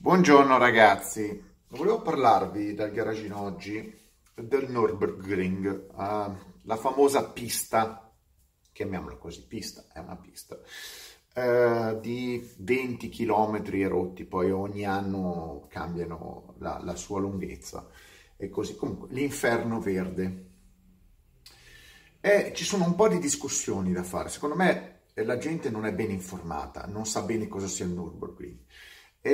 Buongiorno ragazzi, volevo parlarvi dal garagino oggi del Nürburgring, la famosa pista, chiamiamola così, pista, è una pista, di 20 km rotti, poi ogni anno cambiano la sua lunghezza e così. Comunque, l'inferno verde. Ci sono un po' di discussioni da fare, secondo me la gente non è ben informata, non sa bene cosa sia il Nürburgring. E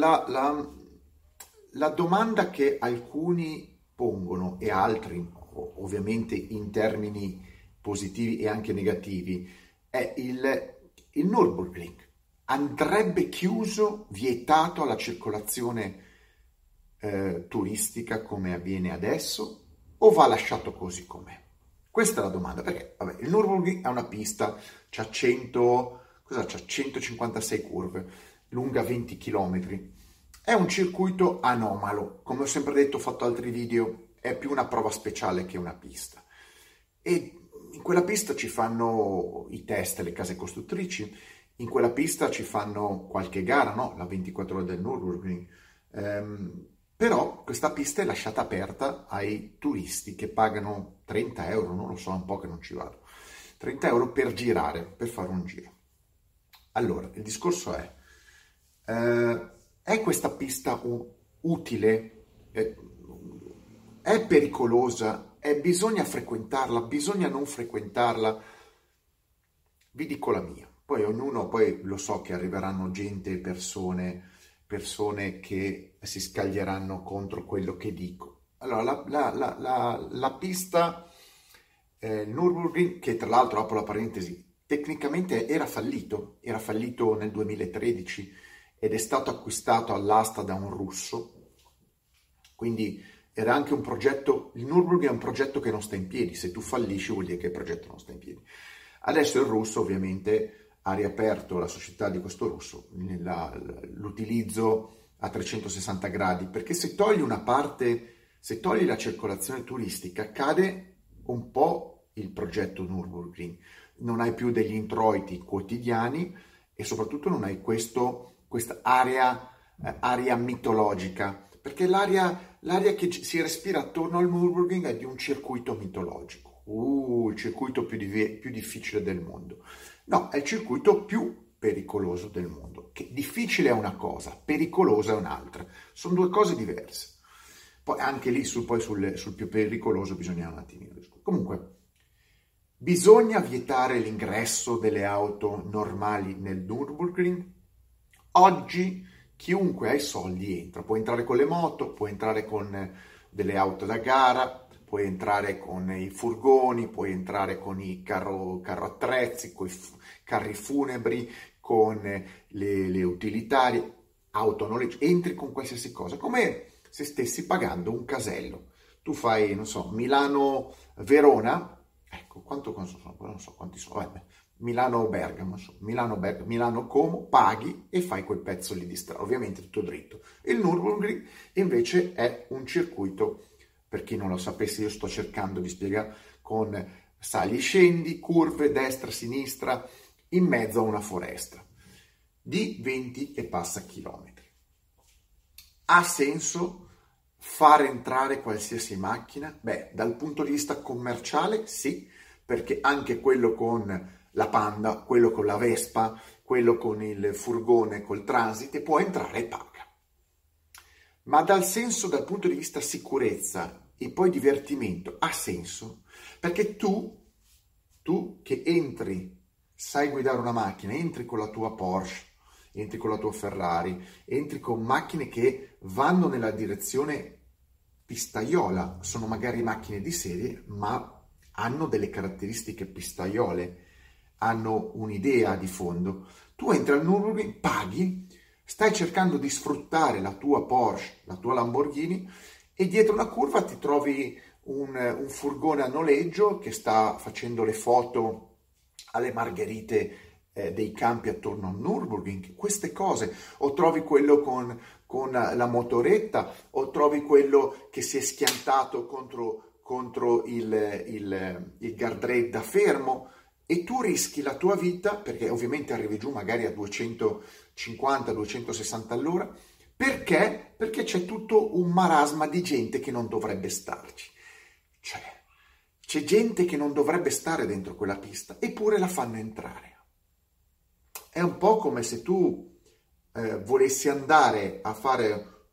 la domanda che alcuni pongono e altri, ovviamente in termini positivi e anche negativi, è il Nürburgring andrebbe chiuso, vietato alla circolazione turistica come avviene adesso o va lasciato così com'è? Questa è la domanda, perché vabbè, il Nürburgring è una pista, c'ha 156 curve, lunga 20 km. È un circuito anomalo, come ho sempre detto, ho fatto altri video, è più una prova speciale che una pista. E in quella pista ci fanno i test le case costruttrici, in quella pista ci fanno qualche gara, no? La 24 ore del Nürburgring. Però questa pista è lasciata aperta ai turisti che pagano 30 euro, non lo so, è un po' che non ci vado, 30 euro per girare, per fare un giro. Allora, il discorso è questa pista utile? È pericolosa? Bisogna frequentarla? Bisogna non frequentarla? Vi dico la mia. Poi ognuno, poi lo so che arriveranno gente, persone che si scaglieranno contro quello che dico. Allora, la pista Nürburgring, che tra l'altro, apro la parentesi, tecnicamente era fallito nel 2013 ed è stato acquistato all'asta da un russo, quindi era anche un progetto, il Nürburgring è un progetto che non sta in piedi, se tu fallisci vuol dire che il progetto non sta in piedi. Adesso il russo ovviamente ha riaperto, la società di questo russo, l'utilizzo a 360 gradi, perché se togli una parte, se togli la circolazione turistica, cade un po' il progetto Nürburgring. Non hai più degli introiti quotidiani e soprattutto non hai questa area mitologica, perché l'aria che si respira attorno al Nürburgring è di un circuito mitologico. Il circuito più difficile del mondo. No, è il circuito più pericoloso del mondo. Che difficile è una cosa, pericolosa è un'altra. Sono due cose diverse. Poi anche lì sul più pericoloso bisogna un attimino discutere. Comunque, bisogna vietare l'ingresso delle auto normali nel Nürburgring? Oggi chiunque ha i soldi entra, può entrare con le moto, può entrare con delle auto da gara, puoi entrare con i furgoni, puoi entrare con i carro attrezzi, con i carri funebri, con le utilitarie, auto noleggio, entri con qualsiasi cosa, come se stessi pagando un casello. Tu fai, non so, Milano-Verona, ecco, quanto sono? Non so quanti sono, Milano-Bergamo, Milano-Como, paghi e fai quel pezzo lì di strada, ovviamente tutto dritto. Il Nürburgring invece è un circuito, per chi non lo sapesse, io sto cercando di spiegare, con sali e scendi, curve, destra, sinistra, in mezzo a una foresta, di 20 e passa chilometri. Ha senso far entrare qualsiasi macchina? Beh, dal punto di vista commerciale sì, perché anche quello con la Panda, quello con la Vespa, quello con il furgone, col Transit, può entrare e paga. Ma dal punto di vista sicurezza e poi divertimento, ha senso? Perché tu che entri, sai guidare una macchina, entri con la tua Porsche, entri con la tua Ferrari, entri con macchine che vanno nella direzione pistaiola, sono magari macchine di serie, ma hanno delle caratteristiche pistaiole, hanno un'idea di fondo. Tu entri al Nürburgring, paghi, stai cercando di sfruttare la tua Porsche, la tua Lamborghini e dietro una curva ti trovi un furgone a noleggio che sta facendo le foto alle margherite dei campi attorno a Nürburgring, queste cose, o trovi quello con la motoretta, o trovi quello che si è schiantato contro il guardrail da fermo, e tu rischi la tua vita, perché ovviamente arrivi giù magari a 250-260 all'ora, Perché? Perché c'è tutto un marasma di gente che non dovrebbe starci. Cioè, c'è gente che non dovrebbe stare dentro quella pista, eppure la fanno entrare. È un po' come se tu volessi andare a fare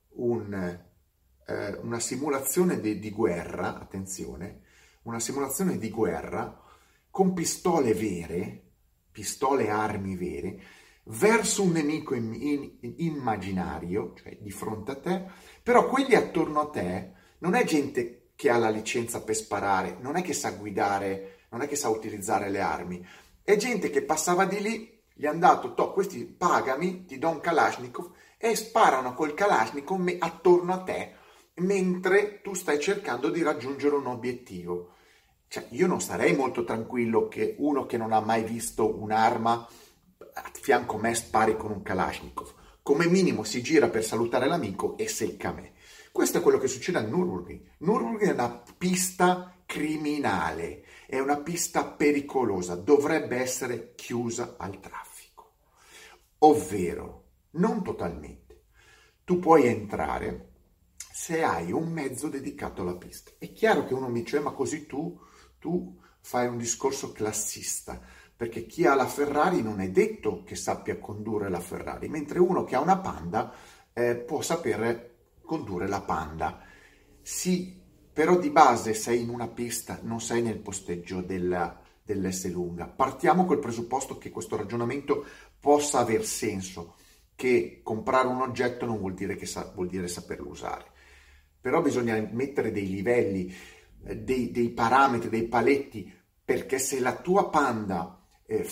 una simulazione di guerra, attenzione, una simulazione di guerra con pistole vere, pistole e armi vere, verso un nemico immaginario, cioè di fronte a te, però quelli attorno a te non è gente che ha la licenza per sparare, non è che sa guidare, non è che sa utilizzare le armi, è gente che passava di lì, gli hanno dato, questi pagami, ti do un Kalashnikov, e sparano col Kalashnikov attorno a te, mentre tu stai cercando di raggiungere un obiettivo. Cioè, io non sarei molto tranquillo che uno che non ha mai visto un'arma a fianco a me spari con un Kalashnikov. Come minimo si gira per salutare l'amico e secca me. Questo è quello che succede a Nürburgring. Nürburgring è una pista criminale, è una pista pericolosa, dovrebbe essere chiusa al traffico. Ovvero, non totalmente. Tu puoi entrare se hai un mezzo dedicato alla pista. È chiaro che uno mi dice, ma così tu fai un discorso classista, perché chi ha la Ferrari non è detto che sappia condurre la Ferrari, mentre uno che ha una Panda può sapere condurre la Panda. Sì, però di base sei in una pista, non sei nel posteggio dell'S lunga. Partiamo col presupposto che questo ragionamento possa aver senso, che comprare un oggetto non vuol dire vuol dire saperlo usare. Però bisogna mettere dei livelli, dei parametri, dei paletti, perché se la tua Panda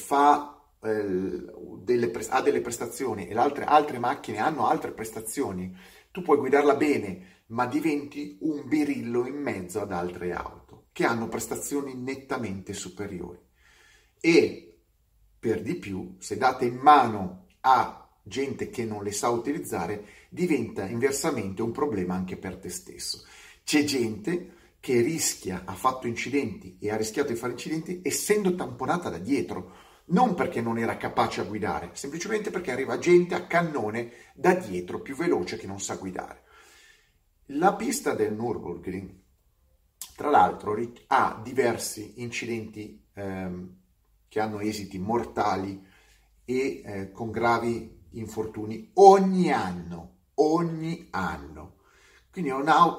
ha delle prestazioni e altre macchine hanno altre prestazioni, tu puoi guidarla bene, ma diventi un birillo in mezzo ad altre auto che hanno prestazioni nettamente superiori. E per di più, se date in mano a gente che non le sa utilizzare, diventa inversamente un problema anche per te stesso. C'è gente che ha fatto incidenti e ha rischiato di fare incidenti essendo tamponata da dietro, non perché non era capace a guidare, semplicemente perché arriva gente a cannone da dietro più veloce che non sa guidare. La pista del Nürburgring, tra l'altro, ha diversi incidenti che hanno esiti mortali e con gravi infortuni ogni anno. Quindi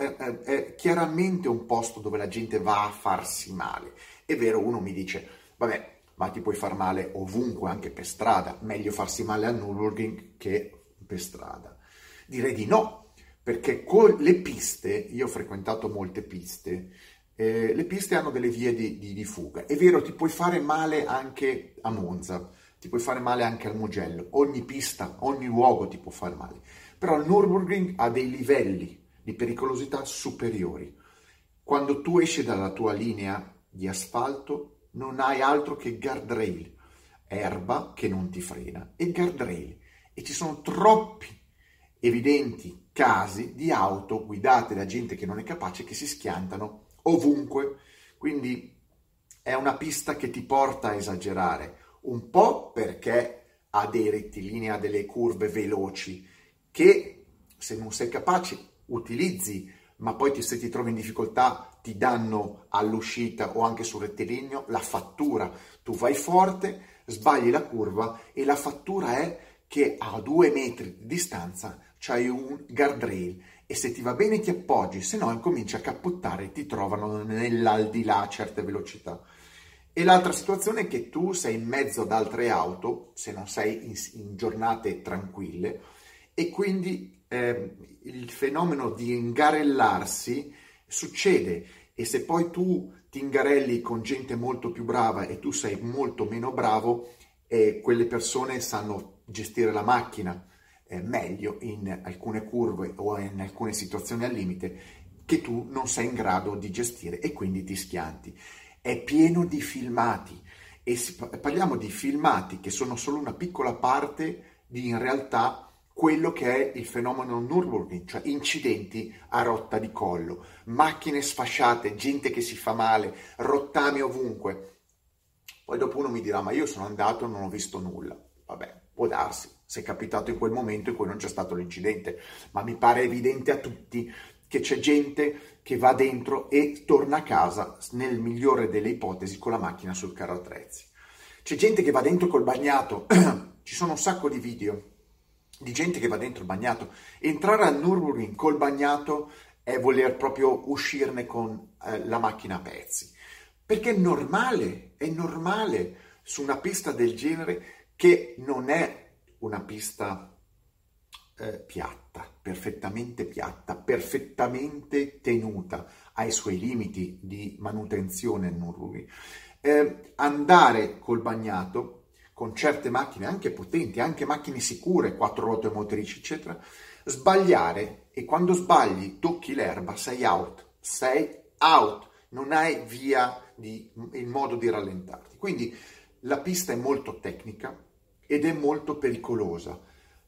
è chiaramente un posto dove la gente va a farsi male. È vero, uno mi dice, vabbè, ma ti puoi far male ovunque, anche per strada, meglio farsi male a Nürburgring che per strada. Direi di no, perché con le piste, io ho frequentato molte piste, le piste hanno delle vie di fuga. È vero, ti puoi fare male anche a Monza, ti puoi fare male anche al Mugello, ogni pista, ogni luogo ti può fare male. Però il Nürburgring ha dei livelli di pericolosità superiori. Quando tu esci dalla tua linea di asfalto, non hai altro che guardrail, erba che non ti frena e guardrail. E ci sono troppi evidenti casi di auto guidate da gente che non è capace, che si schiantano ovunque. Quindi è una pista che ti porta a esagerare, un po' perché ha dei rettilinei, ha delle curve veloci che se non sei capace utilizzi, ma poi se ti trovi in difficoltà ti danno all'uscita o anche sul rettilineo la fattura. Tu vai forte, sbagli la curva e la fattura è che a 2 metri di distanza c'hai un guardrail e se ti va bene ti appoggi, se no incominci a cappottare e ti trovano nell'aldilà a certe velocità. E l'altra situazione è che tu sei in mezzo ad altre auto, se non sei in giornate tranquille, e quindi il fenomeno di ingarellarsi succede, e se poi tu ti ingarelli con gente molto più brava e tu sei molto meno bravo, quelle persone sanno gestire la macchina meglio in alcune curve o in alcune situazioni al limite che tu non sei in grado di gestire e quindi ti schianti. È pieno di filmati e parliamo di filmati che sono solo una piccola parte di in realtà quello che è il fenomeno Nürburgring, cioè incidenti a rotta di collo, macchine sfasciate, gente che si fa male, rottami ovunque. Poi dopo uno mi dirà, ma io sono andato e non ho visto nulla. Vabbè, può darsi, se è capitato in quel momento in cui non c'è stato l'incidente, ma mi pare evidente a tutti che c'è gente che va dentro e torna a casa, nel migliore delle ipotesi, con la macchina sul carro attrezzi. C'è gente che va dentro col bagnato, ci sono un sacco di video di gente che va dentro il bagnato. Entrare al Nürburgring col bagnato è voler proprio uscirne con la macchina a pezzi, perché è normale su una pista del genere, che non è una pista piatta, perfettamente tenuta ai suoi limiti di manutenzione Nürburgring. Andare col bagnato con certe macchine anche potenti, anche macchine sicure, 4 ruote motrici, eccetera, sbagliare, e quando sbagli tocchi l'erba, sei out, non hai il modo di rallentarti. Quindi la pista è molto tecnica ed è molto pericolosa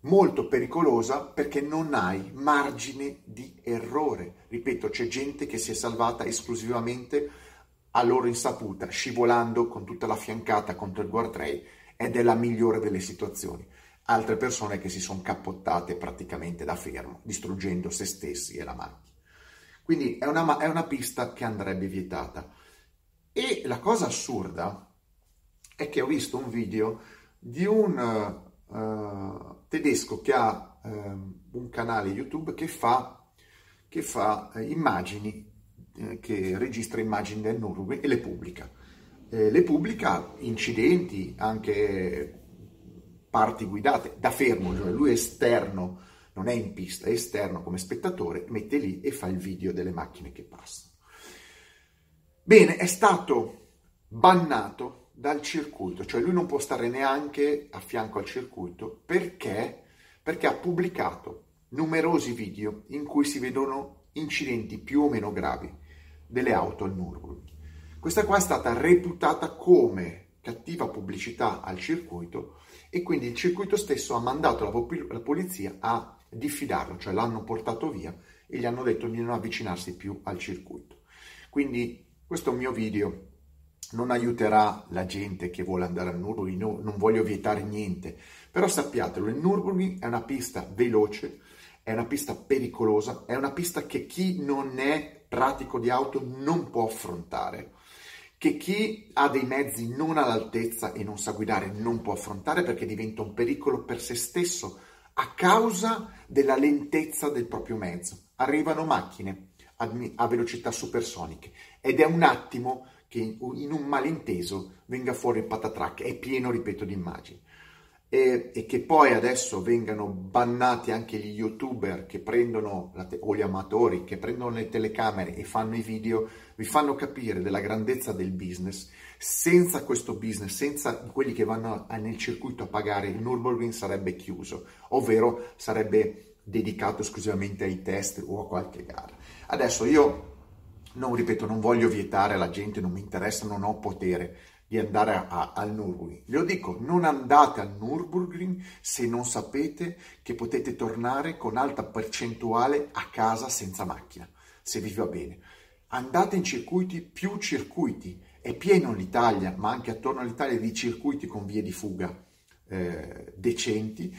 perché non hai margine di errore. Ripeto, c'è gente che si è salvata esclusivamente a loro insaputa, scivolando con tutta la fiancata contro il guardrail, ed è la migliore delle situazioni. Altre persone che si sono cappottate praticamente da fermo, distruggendo se stessi e la macchina. Quindi è una pista che andrebbe vietata. E la cosa assurda è che ho visto un video di un tedesco che ha un canale YouTube che fa immagini, che registra immagini del Nürburgring e le pubblica. Le pubblica incidenti, anche parti guidate da fermo, cioè lui è esterno, non è in pista, è esterno come spettatore, mette lì e fa il video delle macchine che passano. Bene, è stato bannato dal circuito, cioè lui non può stare neanche a fianco al circuito perché ha pubblicato numerosi video in cui si vedono incidenti più o meno gravi delle auto al Nürburgring. Questa qua è stata reputata come cattiva pubblicità al circuito, e quindi il circuito stesso ha mandato la polizia a diffidarlo, cioè l'hanno portato via e gli hanno detto di non avvicinarsi più al circuito. Quindi questo mio video non aiuterà la gente che vuole andare al Nürburgring, non voglio vietare niente, però sappiatelo, il Nürburgring è una pista veloce, è una pista pericolosa, è una pista che chi non è pratico di auto non può affrontare, che chi ha dei mezzi non all'altezza e non sa guidare non può affrontare, perché diventa un pericolo per se stesso a causa della lentezza del proprio mezzo. Arrivano macchine a velocità supersoniche ed è un attimo che in un malinteso venga fuori il patatrac. È pieno, ripeto, di immagini. E che poi adesso vengano bannati anche gli youtuber che prendono, o gli amatori che prendono le telecamere e fanno i video, vi fanno capire della grandezza del business. Senza questo business, senza quelli che vanno nel circuito a pagare, il Nürburgring sarebbe chiuso, ovvero sarebbe dedicato esclusivamente ai test o a qualche gara. Adesso io non voglio vietare alla gente, non mi interessa, non ho potere di andare al Nürburgring. Glielo dico, non andate al Nürburgring se non sapete che potete tornare con alta percentuale a casa senza macchina, se vi va bene. Andate in circuiti, più circuiti. È pieno l'Italia, ma anche attorno all'Italia, di circuiti con vie di fuga decenti,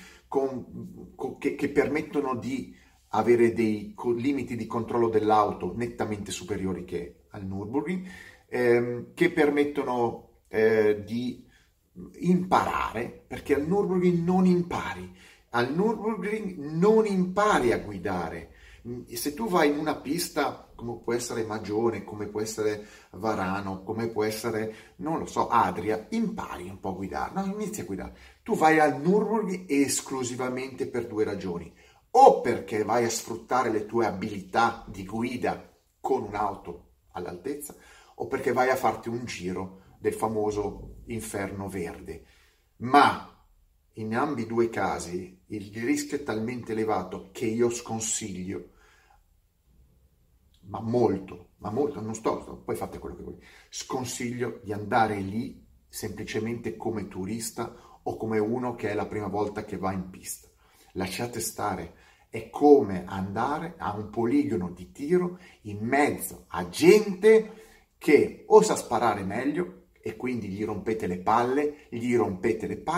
che permettono di avere dei limiti di controllo dell'auto nettamente superiori che al Nürburgring, che permettono di imparare, perché al Nürburgring non impari a guidare. Se tu vai in una pista come può essere Magione, come può essere Varano, come può essere, non lo so, Adria, impari un po' a guidare, no, inizi a guidare. Tu vai al Nürburgring esclusivamente per 2 ragioni: o perché vai a sfruttare le tue abilità di guida con un'auto all'altezza, o perché vai a farti un giro del famoso inferno verde. Ma in ambi 2 casi il rischio è talmente elevato che io sconsiglio, ma molto, non sto, poi fate quello che volete, sconsiglio di andare lì semplicemente come turista o come uno che è la prima volta che va in pista. Lasciate stare, è come andare a un poligono di tiro in mezzo a gente che o sa sparare meglio e quindi gli rompete le palle,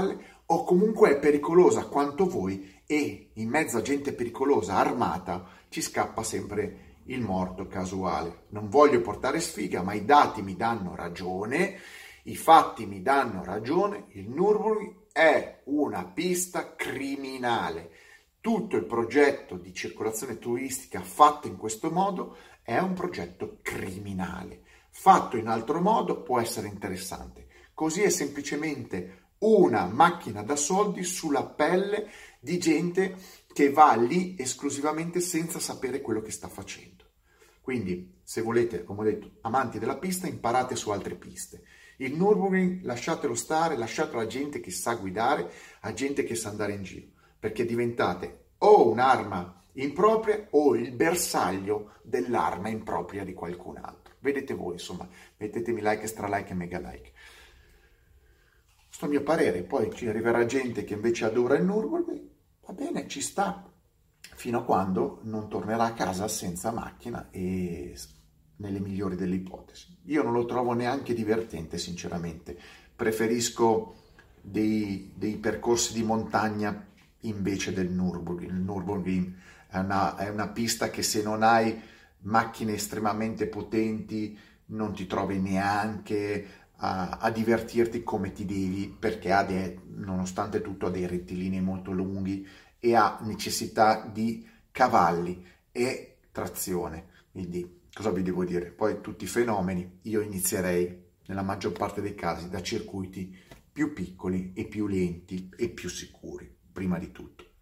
o comunque è pericolosa quanto voi e in mezzo a gente pericolosa, armata, ci scappa sempre il morto casuale. Non voglio portare sfiga, ma i dati mi danno ragione, i fatti mi danno ragione, il Nürburgring è una pista criminale. Tutto il progetto di circolazione turistica fatto in questo modo è un progetto criminale. Fatto in altro modo può essere interessante. Così è semplicemente una macchina da soldi sulla pelle di gente che va lì esclusivamente senza sapere quello che sta facendo. Quindi, se volete, come ho detto, amanti della pista, imparate su altre piste. Il Nürburgring lasciatelo stare, lasciatelo a gente che sa guidare, a gente che sa andare in giro, perché diventate o un'arma impropria o il bersaglio dell'arma impropria di qualcun altro. Vedete voi, insomma, mettetemi like, stralike e mega like. Questo è il mio parere, poi ci arriverà gente che invece adora il Nürburgring, va bene, ci sta, fino a quando non tornerà a casa senza macchina e nelle migliori delle ipotesi. Io non lo trovo neanche divertente, sinceramente, preferisco dei percorsi di montagna invece del Nürburgring. Il Nürburgring è una pista che se non hai macchine estremamente potenti non ti trovi neanche a divertirti come ti devi, perché nonostante tutto ha dei rettilinei molto lunghi e ha necessità di cavalli e trazione. Quindi cosa vi devo dire? Poi tutti i fenomeni, io inizierei nella maggior parte dei casi da circuiti più piccoli e più lenti e più sicuri, prima di tutto.